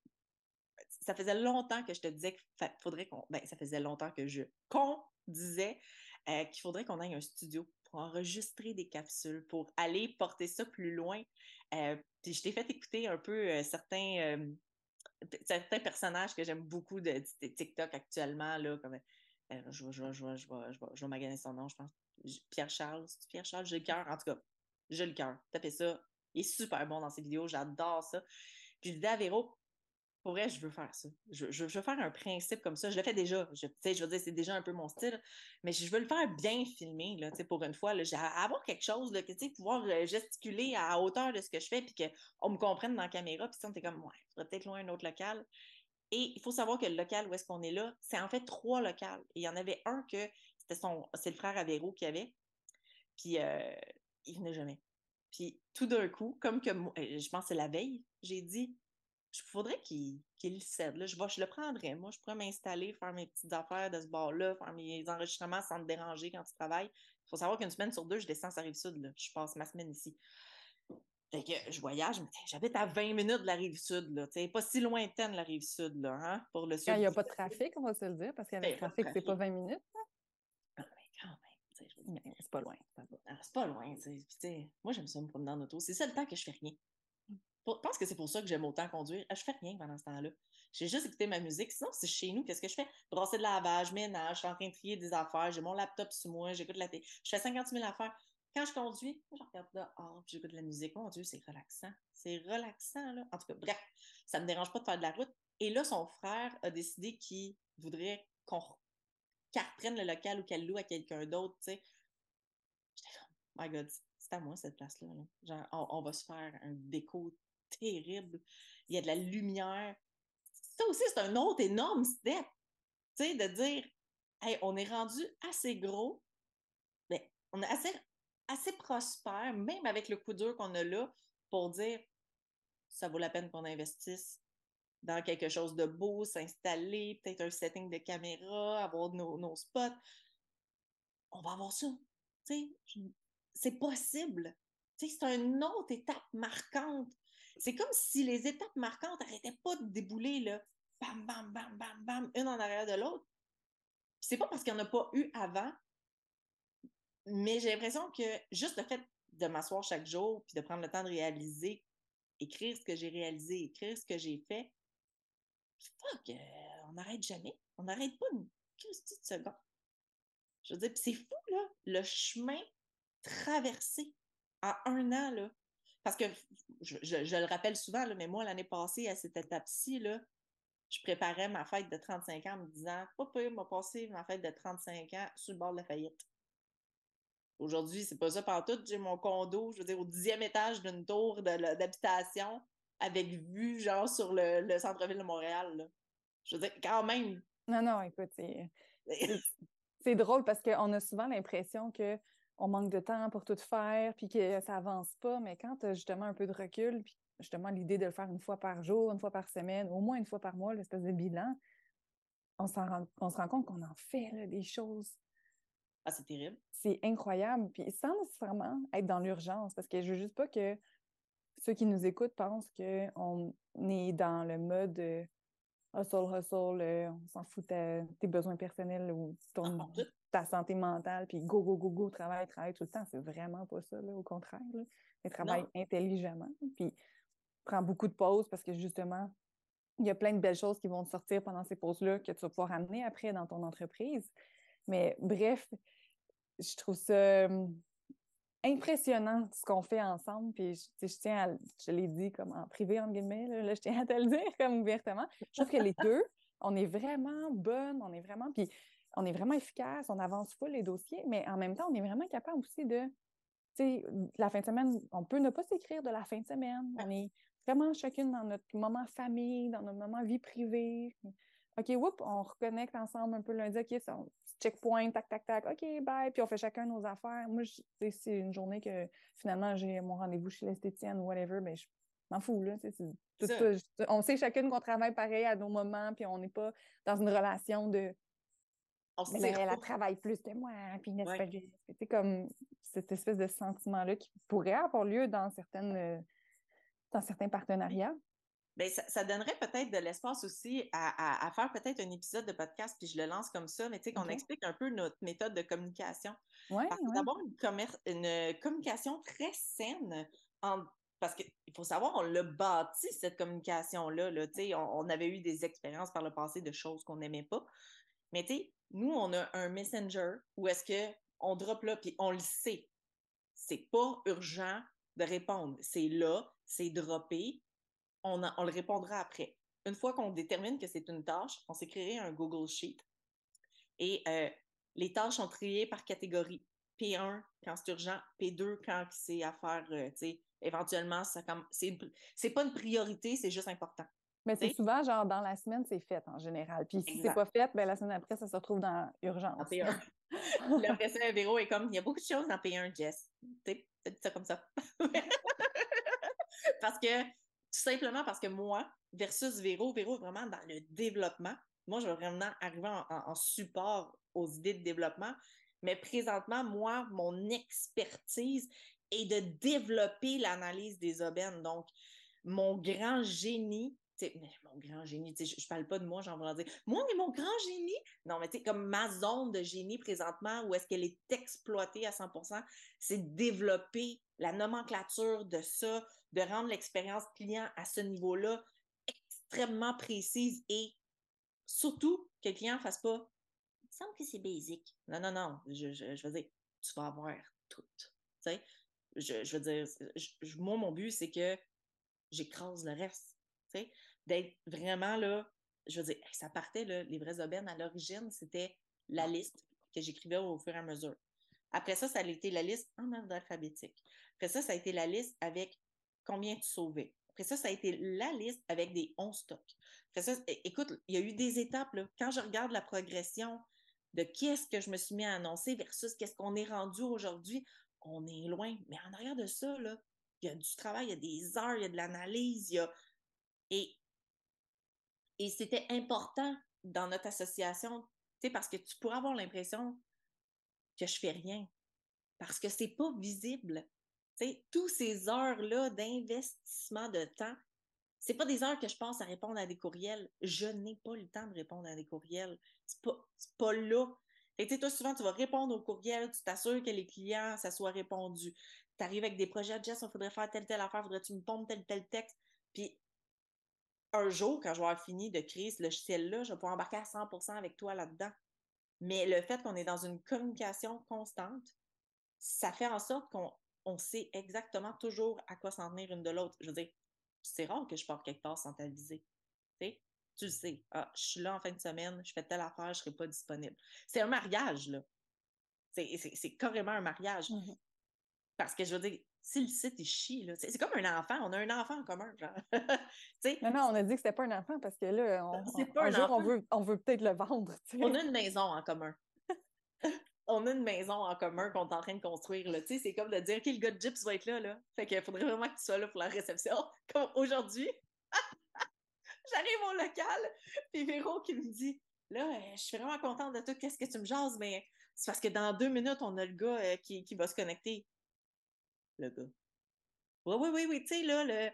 ça faisait longtemps que je te disais qu'il faudrait qu'on. Ben, ça faisait longtemps que je. Qu'on disait euh, qu'il faudrait qu'on aille un studio pour enregistrer des capsules, pour aller porter ça plus loin. Euh, puis je t'ai fait écouter un peu euh, certains, euh, certains personnages que j'aime beaucoup de, de TikTok actuellement, là, comme. Euh, je, vais, je, vais, je, vais, je, vais, je, vais, je vais maganer son nom, je pense. Pierre-Charles. C'est Pierre-Charles? J'ai le cœur. En tout cas, j'ai le cœur. Tapez ça. Il est super bon dans ses vidéos. J'adore ça. Puis je disais à Véro, pour vrai, je veux faire ça. Je, je, je veux faire un principe comme ça. Je le fais déjà. Je, je veux dire, c'est déjà un peu mon style, mais je veux le faire bien filmé, là, pour une fois. Là, j'ai à avoir quelque chose, là, que, pouvoir euh, gesticuler à hauteur de ce que je fais, puis qu'on me comprenne dans la caméra, puis on est comme, ouais, il faudrait peut-être loin un autre local. Et il faut savoir que le local où est-ce qu'on est là, c'est en fait trois locales. Et il y en avait un que c'était son, c'est le frère Avéro qui avait, puis euh, il venait jamais. Puis tout d'un coup, comme que moi, je pense que c'est la veille, j'ai dit, il faudrait qu'il qu'il le cède. Là. Je, vais, je le prendrais. Moi, je pourrais m'installer, faire mes petites affaires de ce bord-là, faire mes enregistrements sans me déranger quand tu travailles. Il faut savoir qu'une semaine sur deux, je descends à Rive-Sud. Là. Je passe ma semaine ici. Fait que je voyage, mais j'habite à vingt minutes de la Rive-Sud. Là. Pas si lointaine, la Rive-Sud, là, hein, pour le Quand il sud n'y a du pas de Québec. trafic, on va se le dire, parce qu'avec Ben, pas de trafic, c'est pas trafic. vingt minutes. Ah, mais quand même. Je veux dire, Mais c'est pas loin, ça va. ah, c'est pas loin. Puis, moi, j'aime ça me promener en auto. C'est ça le temps que je fais rien. Je pense que c'est pour ça que j'aime autant conduire. Je fais rien pendant ce temps-là. J'ai juste écouté ma musique. Sinon, c'est chez nous. Qu'est-ce que je fais? Brasser de lavage, ménage, je suis en train de trier des affaires, j'ai mon laptop sur moi, j'écoute la télé. Je fais cinquante mille affaires. Quand je conduis, je regarde dehors, puis j'écoute de la musique. Mon Dieu, c'est relaxant. C'est relaxant, là. En tout cas, bref, ça ne me dérange pas de faire de la route. Et là, son frère a décidé qu'il voudrait qu'on qu'elle reprenne le local ou qu'elle loue à quelqu'un d'autre, tu sais. J'étais comme, my God, c'est à moi cette place-là. Là. Genre, on, on va se faire un déco terrible. Il y a de la lumière. Ça aussi, c'est un autre énorme step, tu sais, de dire, hey, on est rendu assez gros, mais on est assez, assez prospère, même avec le coup dur qu'on a là, pour dire, ça vaut la peine qu'on investisse dans quelque chose de beau, s'installer, peut-être un setting de caméra, avoir nos, nos spots. On va avoir ça. Tu sais, c'est possible. Tu sais, c'est une autre étape marquante. C'est comme si les étapes marquantes n'arrêtaient pas de débouler, là. Bam, bam, bam, bam, bam, une en arrière de l'autre. C'est pas parce qu'il n'y en a pas eu avant, mais j'ai l'impression que juste le fait de m'asseoir chaque jour puis de prendre le temps de réaliser, écrire ce que j'ai réalisé, écrire ce que j'ai fait, fuck, euh, on n'arrête jamais. On n'arrête pas une petite seconde. Je veux dire, c'est fou, là, le chemin traversé en un an, là. Parce que je, je, je le rappelle souvent, là, mais moi, l'année passée, à cette étape-ci, là, je préparais ma fête de trente-cinq ans en me disant, pas pire, m'a passé ma fête de trente-cinq ans sur le bord de la faillite. Aujourd'hui, c'est pas ça partout. J'ai mon condo, je veux dire, au dixième étage d'une tour d'habitation avec vue, genre, sur le, le centre-ville de Montréal. Là. Je veux dire, quand même. Non, non, écoute, c'est, c'est, c'est drôle parce qu'on a souvent l'impression qu'on manque de temps pour tout faire, puis que ça avance pas, mais quand tu as justement un peu de recul, puis justement l'idée de le faire une fois par jour, une fois par semaine, au moins une fois par mois, l'espèce de bilan, on, s'en rend, on se rend compte qu'on en fait là, des choses. Ah, c'est terrible. C'est incroyable, puis sans nécessairement être dans l'urgence, parce que je veux juste pas que ceux qui nous écoutent pensent qu'on est dans le mode euh, hustle, hustle, euh, on s'en fout de tes besoins personnels ou ton, En tout. ta santé mentale, puis go, go, go, go, travail, travail tout le temps. C'est vraiment pas ça, là, au contraire. Là. Mais travaille Non. intelligemment, puis prends beaucoup de pauses parce que justement, il y a plein de belles choses qui vont te sortir pendant ces pauses-là que tu vas pouvoir amener après dans ton entreprise. Mais bref, je trouve ça impressionnant ce qu'on fait ensemble. Puis je, je tiens à, je l'ai dit comme en privé, entre guillemets, là, là, je tiens à te le dire comme ouvertement. Je trouve que les deux, on est vraiment bonnes, on est vraiment, puis on est vraiment efficace, on avance full les dossiers, mais en même temps, on est vraiment capable aussi de, tu sais, la fin de semaine, on peut ne pas s'écrire de la fin de semaine. On est vraiment chacune dans notre moment famille, dans notre moment vie privée. OK, whoop, on reconnecte ensemble un peu lundi. OK, ça, on- checkpoint, tac, tac, tac. OK, bye. Puis on fait chacun nos affaires. Moi, je- tu sais, c'est une journée que finalement j'ai mon rendez-vous chez l'esthéticienne ou whatever, mais je m'en fous, là. Tu sais, c'est tout Ça. ça. On sait chacune qu'on travaille pareil à nos moments, puis on n'est pas dans une relation de On se mais là, tire elle, elle pas. travaille plus que moi, puis n'est-ce Ouais. pas juste. Tu sais, comme cette espèce de sentiment-là qui pourrait avoir lieu dans certaines euh, dans certains partenariats. Bien, ça, ça donnerait peut-être de l'espace aussi à, à- à faire peut-être un épisode de podcast, puis je le lance comme ça, mais tu sais, qu'on OK. explique un peu notre méthode de communication. Oui, Parce que oui. d'avoir une, commer- une communication très saine, en- parce qu'il faut savoir, on l'a bâti, cette communication-là. Là, tu sais, on, on avait eu des expériences par le passé de choses qu'on n'aimait pas. Mais tu sais, nous, on a un messenger où est-ce qu'on drop là, puis on le sait. C'est pas urgent de répondre. C'est là, c'est droppé, on, a- on le répondra après. Une fois qu'on détermine que c'est une tâche, on s'est créé un Google Sheet et euh, les tâches sont triées par catégorie. P un quand c'est urgent, P deux quand c'est à faire, euh, tu sais, éventuellement, ça comme, c'est, une- c'est pas une priorité, c'est juste important. Mais Tu c'est sais? souvent, genre, dans la semaine, c'est fait en général. Puis si c'est Exact. pas fait, ben la semaine après, ça se retrouve dans En urgence. P un. Puis là, après ça, Véro est comme, il y a beaucoup de choses dans P un, Jess. Tu sais, t'as dit ça comme ça. Parce que, tout simplement parce que moi, versus Véro, Véro est vraiment dans le développement. Moi, je vais vraiment arriver en, en- en support aux idées de développement. Mais présentement, moi, mon expertise est de développer l'analyse des aubaines. Donc, mon grand génie, tu sais, mon grand génie, tu sais, je, je parle pas de moi, j'en veux dire, moi, mais mon grand génie, non, mais tu sais, comme ma zone de génie présentement, où est-ce qu'elle est exploitée à cent pour cent, c'est de développer la nomenclature de ça, de rendre l'expérience client à ce niveau-là extrêmement précise et surtout que le client ne fasse pas il me semble que c'est basic. Non, non, non. Je, je, je veux dire, tu vas avoir tout. Tu sais, je, je veux dire, je, moi, mon but, c'est que j'écrase le reste. Tu sais, d'être vraiment là, je veux dire, ça partait, là, les vraies aubaines à l'origine, c'était la liste que j'écrivais au fur et à mesure. Après ça, ça a été la liste en ordre alphabétique. Après ça, ça a été la liste avec combien tu sauvais. Après ça, ça a été la liste avec des onze stocks. Après ça, écoute, il y a eu des étapes. Là. Quand je regarde la progression de qu'est-ce que je me suis mis à annoncer versus qu'est-ce qu'on est rendu aujourd'hui, on est loin. Mais en arrière de ça, là, il y a du travail, il y a des heures, il y a de l'analyse, il y a... Et, et c'était important dans notre association, parce que tu pourrais avoir l'impression que je fais rien parce que c'est pas visible. T'sais, toutes ces heures-là d'investissement de temps, c'est pas des heures que je passe à répondre à des courriels. Je n'ai pas le temps de répondre à des courriels. C'est pas, c'est pas là. Et tu sais, toi, souvent, tu vas répondre aux courriels, tu t'assures que les clients, ça soit répondu. Tu arrives avec des projets, Jess, il faudrait faire telle, telle affaire, faudrait-tu me pondre tel, tel texte. Puis un jour, quand je vais avoir fini de créer ce logiciel-là, je vais pouvoir embarquer à cent pour cent avec toi là-dedans. Mais le fait qu'on est dans une communication constante, ça fait en sorte qu'on on sait exactement toujours à quoi s'en tenir une de l'autre. Je veux dire, c'est rare que je parte quelque part sans t'aviser. Tu sais, tu le sais. Ah, je suis là en fin de semaine, je fais telle affaire, je ne serai pas disponible. C'est un mariage, là. C'est, c'est, c'est carrément un mariage. Mm-hmm. Parce que je veux dire, si le site il chie, là, c'est comme un enfant, on a un enfant en commun, genre. Non, non, on a dit que c'était pas un enfant parce que là, on, c'est on, pas un un jour, on enfant. veut, on veut peut-être le vendre. T'sais. On a une maison en commun. On a une maison en commun qu'on est en train de construire. Là. C'est comme de dire, OK, le gars de Gyps va être là. là. Fait qu'il faudrait vraiment que tu sois là pour la réception. Comme aujourd'hui, j'arrive au local, puis Véro qui me dit, là, euh, je suis vraiment contente de tout, qu'est-ce que tu me jases, mais c'est parce que dans deux minutes, on a le gars euh, qui, qui va se connecter. Le gars. Oui, oui, oui, oui, tu sais, là, le...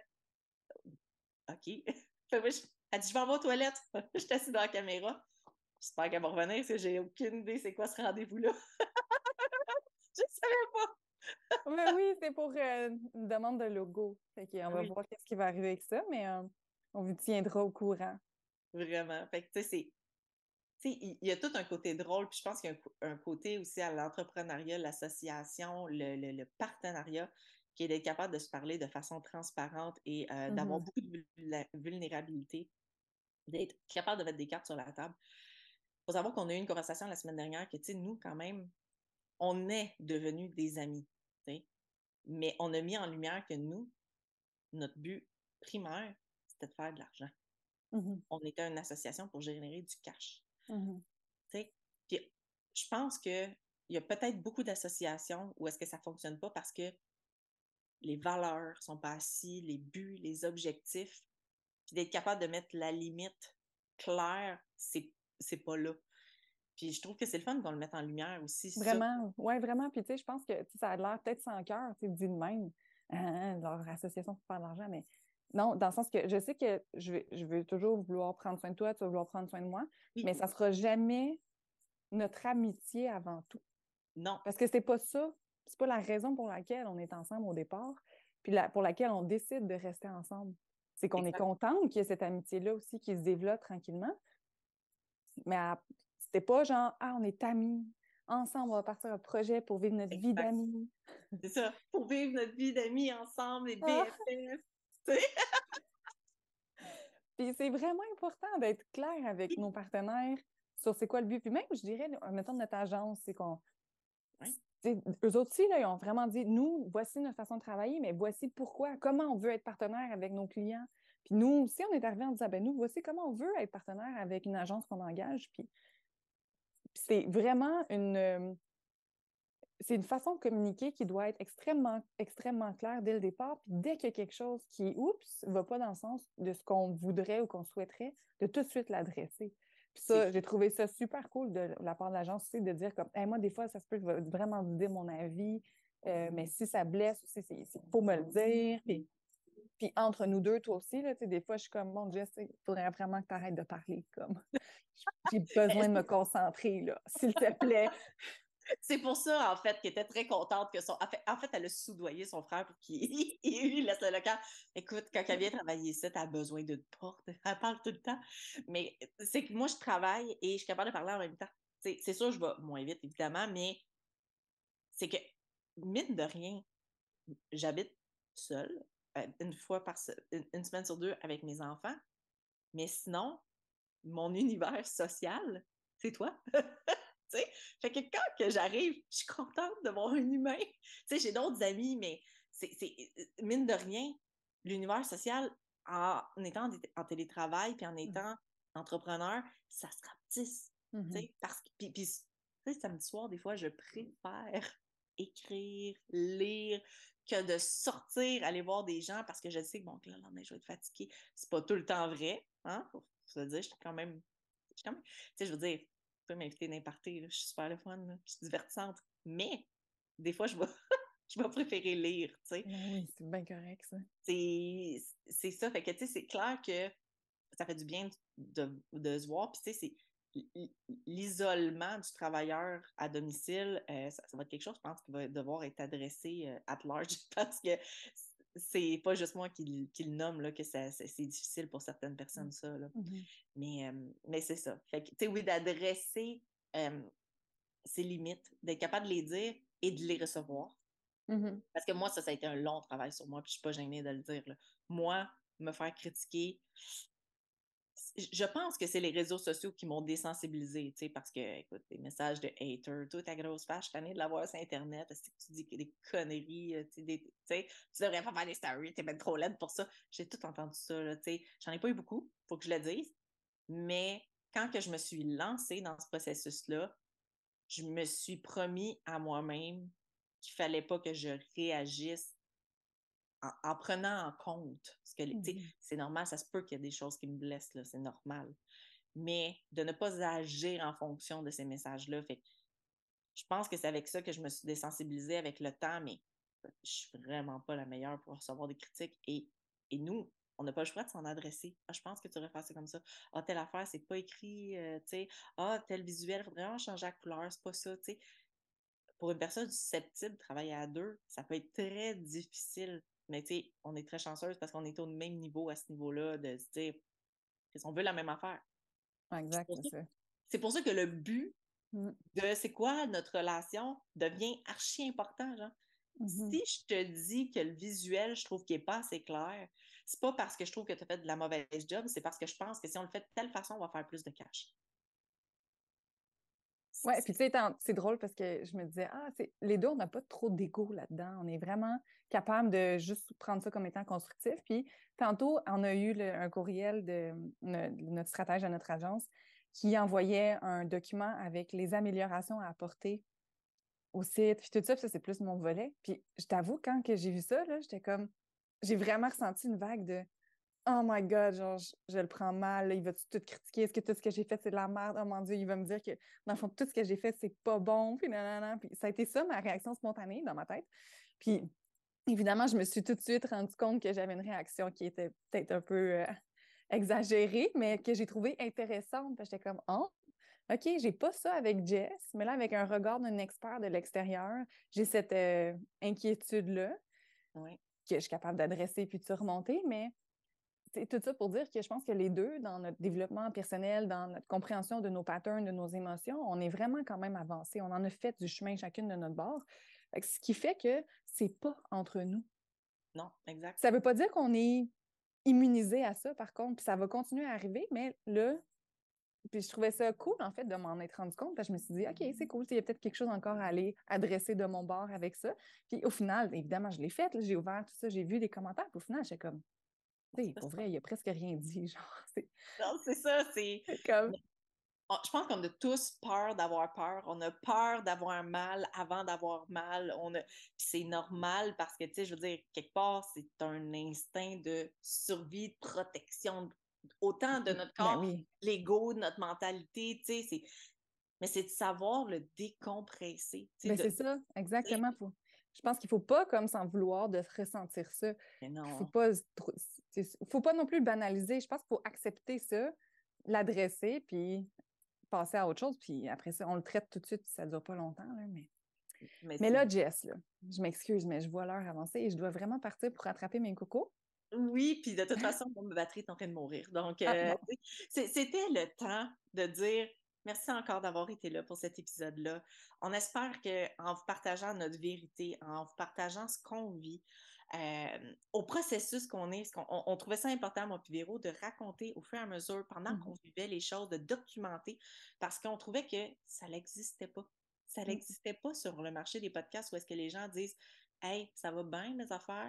OK. Fait, moi, je... Elle dit, je vais en aux toilettes. Je suis assise dans la caméra. J'espère qu'elle va revenir, parce que j'ai aucune idée c'est quoi ce rendez-vous-là. Je ne savais pas. Oui, oui, c'est pour euh, une demande de logo. Fait qu'on va Oui, voir qu'est-ce qui va arriver avec ça, mais euh, on vous tiendra au courant. vraiment. Fait que, tu sais, c'est... Tu sais, il y a tout un côté drôle, puis je pense qu'il y a un, un côté aussi à l'entrepreneuriat, l'association, le, le, le partenariat, qui est d'être capable de se parler de façon transparente et euh, d'avoir Mm-hmm. beaucoup de vulnérabilité, d'être capable de mettre des cartes sur la table. Il faut savoir qu'on a eu une conversation la semaine dernière que, tu sais, nous, quand même, on est devenus des amis, tu sais, mais on a mis en lumière que nous, notre but primaire, c'était de faire de l'argent. Mm-hmm. On était une association pour générer du cash. Mm-hmm. Tu sais, puis je pense qu'il y a peut-être beaucoup d'associations où est-ce que ça ne fonctionne pas parce que les valeurs sont pas assises, les buts, les objectifs, puis d'être capable de mettre la limite claire, c'est, c'est pas là. Puis je trouve que c'est le fun qu'on le mette en lumière aussi, ça. Vraiment, oui, vraiment. Puis tu sais, je pense que ça a l'air peut-être sans cœur, tu sais, dit de même, hein, leur association pour faire de l'argent, mais non, dans le sens que je sais que je vais, je veux toujours vouloir prendre soin de toi, tu vas vouloir prendre soin de moi, Oui. mais ça sera jamais notre amitié avant tout. Non. Parce que c'est pas ça, c'est pas la raison pour laquelle on est ensemble au départ, puis la, pour laquelle on décide de rester ensemble. C'est qu'on exact. Est contente qu'il y ait cette amitié-là aussi qui se développe tranquillement, mais à, c'était pas genre, ah, on est amis, ensemble, on va partir un projet pour vivre notre exact. Vie d'amis. C'est ça, pour vivre notre vie d'amis ensemble, les B F F, tu sais. Puis c'est vraiment important d'être clair avec oui. nos partenaires sur c'est quoi le but. Puis même, je dirais, mettons, notre agence, c'est qu'on... Oui. Eux autres aussi, là, ils ont vraiment dit, nous, voici notre façon de travailler, mais voici pourquoi, comment on veut être partenaire avec nos clients. Puis nous aussi, on est arrivé en disant, ben nous, voici comment on veut être partenaire avec une agence qu'on engage. Puis, puis c'est vraiment une... C'est une façon de communiquer qui doit être extrêmement, extrêmement claire dès le départ. Puis dès qu'il y a quelque chose qui, oups, ne va pas dans le sens de ce qu'on voudrait ou qu'on souhaiterait, de tout de suite l'adresser. Puis ça, j'ai trouvé ça super cool de la part de l'agence aussi, de dire comme, hey, moi, des fois, ça se peut, je vais vraiment vous dire mon avis, euh, mais si ça blesse aussi, il faut me le dire. Puis, puis entre nous deux, toi aussi, là, des fois, je suis comme, bon, Jess, il faudrait vraiment que tu arrêtes de parler. Comme, j'ai besoin de me concentrer, là, s'il te plaît. C'est pour ça, en fait, qu'elle était très contente que son... En fait, en fait elle a soudoyé son frère pour qu'il lui laisse le local. Écoute, quand elle vient travailler ici, tu as besoin d'une porte. Elle parle tout le temps. Mais c'est que moi, je travaille et je suis capable de parler en même temps. C'est, c'est sûr, je vais moins vite, évidemment, mais c'est que, mine de rien, j'habite seule, une fois par une, une semaine sur deux avec mes enfants. Mais sinon, mon univers social, c'est toi. T'sais? Fait que quand que j'arrive, je suis contente de voir un humain. T'sais, j'ai d'autres amis, mais c'est, c'est mine de rien, l'univers social, en, en étant en télétravail puis en étant mmh. entrepreneur, ça se rapetisse. Mmh. Parce que, puis, puis samedi soir, des fois, je préfère écrire, lire, que de sortir, aller voir des gens parce que je sais que bon, là, là, je vais être fatiguée. C'est pas tout le temps vrai, hein? Faut se dire, je suis quand même. Je suis quand même. Tu sais, je veux dire, tu peux m'inviter n'importe où, je suis super le fun, là, je suis divertissante. Mais des fois, je vais, je vais préférer lire, tu sais. Ben oui, c'est bien correct, ça. C'est, c'est ça. Fait que, tu sais, c'est clair que ça fait du bien de, de se voir. Puis, tu sais, c'est l'isolement du travailleur à domicile, euh, ça, ça va être quelque chose, je pense, qui va devoir être adressé euh, at large parce que c'est pas juste moi qui, qui le nomme, là, que ça, c'est, c'est difficile pour certaines personnes, ça. Là. Mm-hmm. Mais, euh, mais c'est ça. Fait que, tu sais, oui, d'adresser euh, ses limites, d'être capable de les dire et de les recevoir. Mm-hmm. Parce que moi, ça, ça a été un long travail sur moi, puis je suis pas gênée de le dire. Là. Moi, me faire critiquer, je pense que c'est les réseaux sociaux qui m'ont désensibilisée, tu sais, parce que, écoute, des messages de haters, toute ta grosse page, je suis tannée de la voir sur Internet, est-ce que tu dis des conneries, tu sais, tu devrais pas faire des stories, t'es même trop laide pour ça. J'ai tout entendu ça, là, tu sais. J'en ai pas eu beaucoup, faut que je le dise, mais quand que je me suis lancée dans ce processus-là, je me suis promis à moi-même qu'il fallait pas que je réagisse En, en prenant en compte, parce que mm-hmm. c'est normal, ça se peut qu'il y ait des choses qui me blessent, là, c'est normal, mais de ne pas agir en fonction de ces messages-là. Fait que je pense que c'est avec ça que je me suis désensibilisée avec le temps, mais je suis vraiment pas la meilleure pour recevoir des critiques. Et, et nous, on n'a pas le choix de s'en adresser. Ah, je pense que tu devrais faire ça comme ça. Ah, telle affaire, c'est pas écrit, euh, tu sais. Ah, tel visuel, il faudrait vraiment changer la couleur, c'est pas ça, tu sais. Pour une personne susceptible, travailler à deux, ça peut être très difficile. Mais tu sais, on est très chanceuse parce qu'on est au même niveau à ce niveau-là de se dire qu'on veut la même affaire. Exact, c'est, c'est ça. C'est pour ça que le but mm. de c'est quoi notre relation devient archi important, genre. Mm-hmm. Si je te dis que le visuel, je trouve qu'il n'est pas assez clair, c'est pas parce que je trouve que tu as fait de la mauvaise job, c'est parce que je pense que si on le fait de telle façon, on va faire plus de cash. Ouais, puis tu sais, tant- c'est drôle parce que je me disais, ah, c'est les deux, on n'a pas trop d'ego là-dedans. On est vraiment capable de juste prendre ça comme étant constructif. Puis tantôt, on a eu le- un courriel de, no- de notre stratège à notre agence qui envoyait un document avec les améliorations à apporter au site, puis tout ça, puis ça, c'est plus mon volet. Puis je t'avoue, quand que j'ai vu ça, là, j'étais comme, j'ai vraiment ressenti une vague de Oh my God, genre, je, je le prends mal, là, il va-tu tout critiquer? Est-ce que tout ce que j'ai fait, c'est de la merde? Oh mon Dieu, il va me dire que, dans le fond, tout ce que j'ai fait, c'est pas bon, puis nanana. Puis ça a été ça, ma réaction spontanée dans ma tête. Puis évidemment, je me suis tout de suite rendu compte que j'avais une réaction qui était peut-être un peu euh, exagérée, mais que j'ai trouvée intéressante. Puis j'étais comme, oh, OK, j'ai pas ça avec Jess, mais là, avec un regard d'un expert de l'extérieur, j'ai cette euh, inquiétude-là Oui. que je suis capable d'adresser puis de surmonter, mais c'est tout ça pour dire que je pense que les deux, dans notre développement personnel, dans notre compréhension de nos patterns, de nos émotions, on est vraiment quand même avancé. On en a fait du chemin chacune de notre bord. Ce qui fait que c'est pas entre nous. Non, exact. Ça veut pas dire qu'on est immunisé à ça, par contre, puis ça va continuer à arriver, mais là, puis je trouvais ça cool, en fait, de m'en être rendu compte, parce que je me suis dit, OK, c'est cool, il y a peut-être quelque chose encore à aller adresser de mon bord avec ça. Puis au final, évidemment, je l'ai fait, là, j'ai ouvert tout ça, j'ai vu des commentaires, puis au final, j'étais comme, tu sais, pour vrai, il a presque rien dit, genre, c'est Non, c'est ça, c'est. comme, On- Je pense qu'on a tous peur d'avoir peur. On a peur d'avoir mal avant d'avoir mal. On a... Puis c'est normal parce que, tu sais, je veux dire, quelque part, c'est un instinct de survie, de protection, autant de notre ben corps, oui, l'ego, de notre mentalité, tu sais, c'est... Mais c'est de savoir le décompresser, tu sais, ben de... c'est ça, tu sais, exactement. Faut, je pense qu'il faut pas, comme sans vouloir, de ressentir ça. mais Il faut non, pas, faut pas non plus le banaliser. Je pense qu'il faut accepter ça, l'adresser, puis passer à autre chose. Puis après ça, on le traite tout de suite, puis ça dure pas longtemps, là, mais... mais Mais c'est... là, Jess, là, je m'excuse, mais je vois l'heure avancer et je dois vraiment partir pour rattraper mes cocos. Oui, puis de toute façon, mon batterie est en train de mourir. Donc, Ah, euh, bon. c'est- c'était le temps de dire merci encore d'avoir été là pour cet épisode-là. On espère qu'en vous partageant notre vérité, en vous partageant ce qu'on vit, euh, au processus qu'on est, parce qu'on, on, on trouvait ça important, moi puis Véro, de raconter au fur et à mesure, pendant qu'on Mhm. vivait les choses, de documenter, parce qu'on trouvait que ça n'existait pas. Ça Mhm. n'existait pas sur le marché des podcasts où est-ce que les gens disent Hey, ça va bien, mes affaires,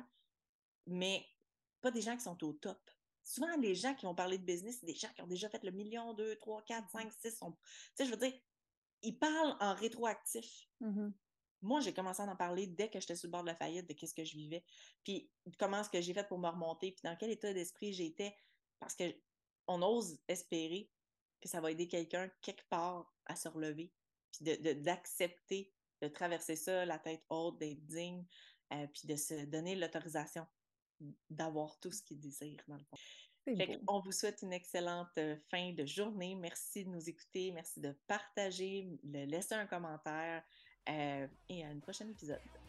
mais pas des gens qui sont au top. Souvent, les gens qui vont parler de business, c'est des gens qui ont déjà fait le million, deux, trois, quatre, cinq, six. Sont... Tu sais, je veux dire, ils parlent en rétroactif. Mhm. Moi, j'ai commencé à en parler dès que j'étais sur le bord de la faillite, de qu'est-ce que je vivais, puis comment est-ce que j'ai fait pour me remonter, puis dans quel état d'esprit j'étais, parce que on ose espérer que ça va aider quelqu'un quelque part à se relever, puis de, de, d'accepter de traverser ça, la tête haute, d'être digne, euh, puis de se donner l'autorisation d'avoir tout ce qu'il désire, dans le fond. C'est Fait beau. qu'on vous souhaite une excellente euh, fin de journée. Merci de nous écouter. Merci de partager, de laisser un commentaire. Euh, et à un prochain épisode.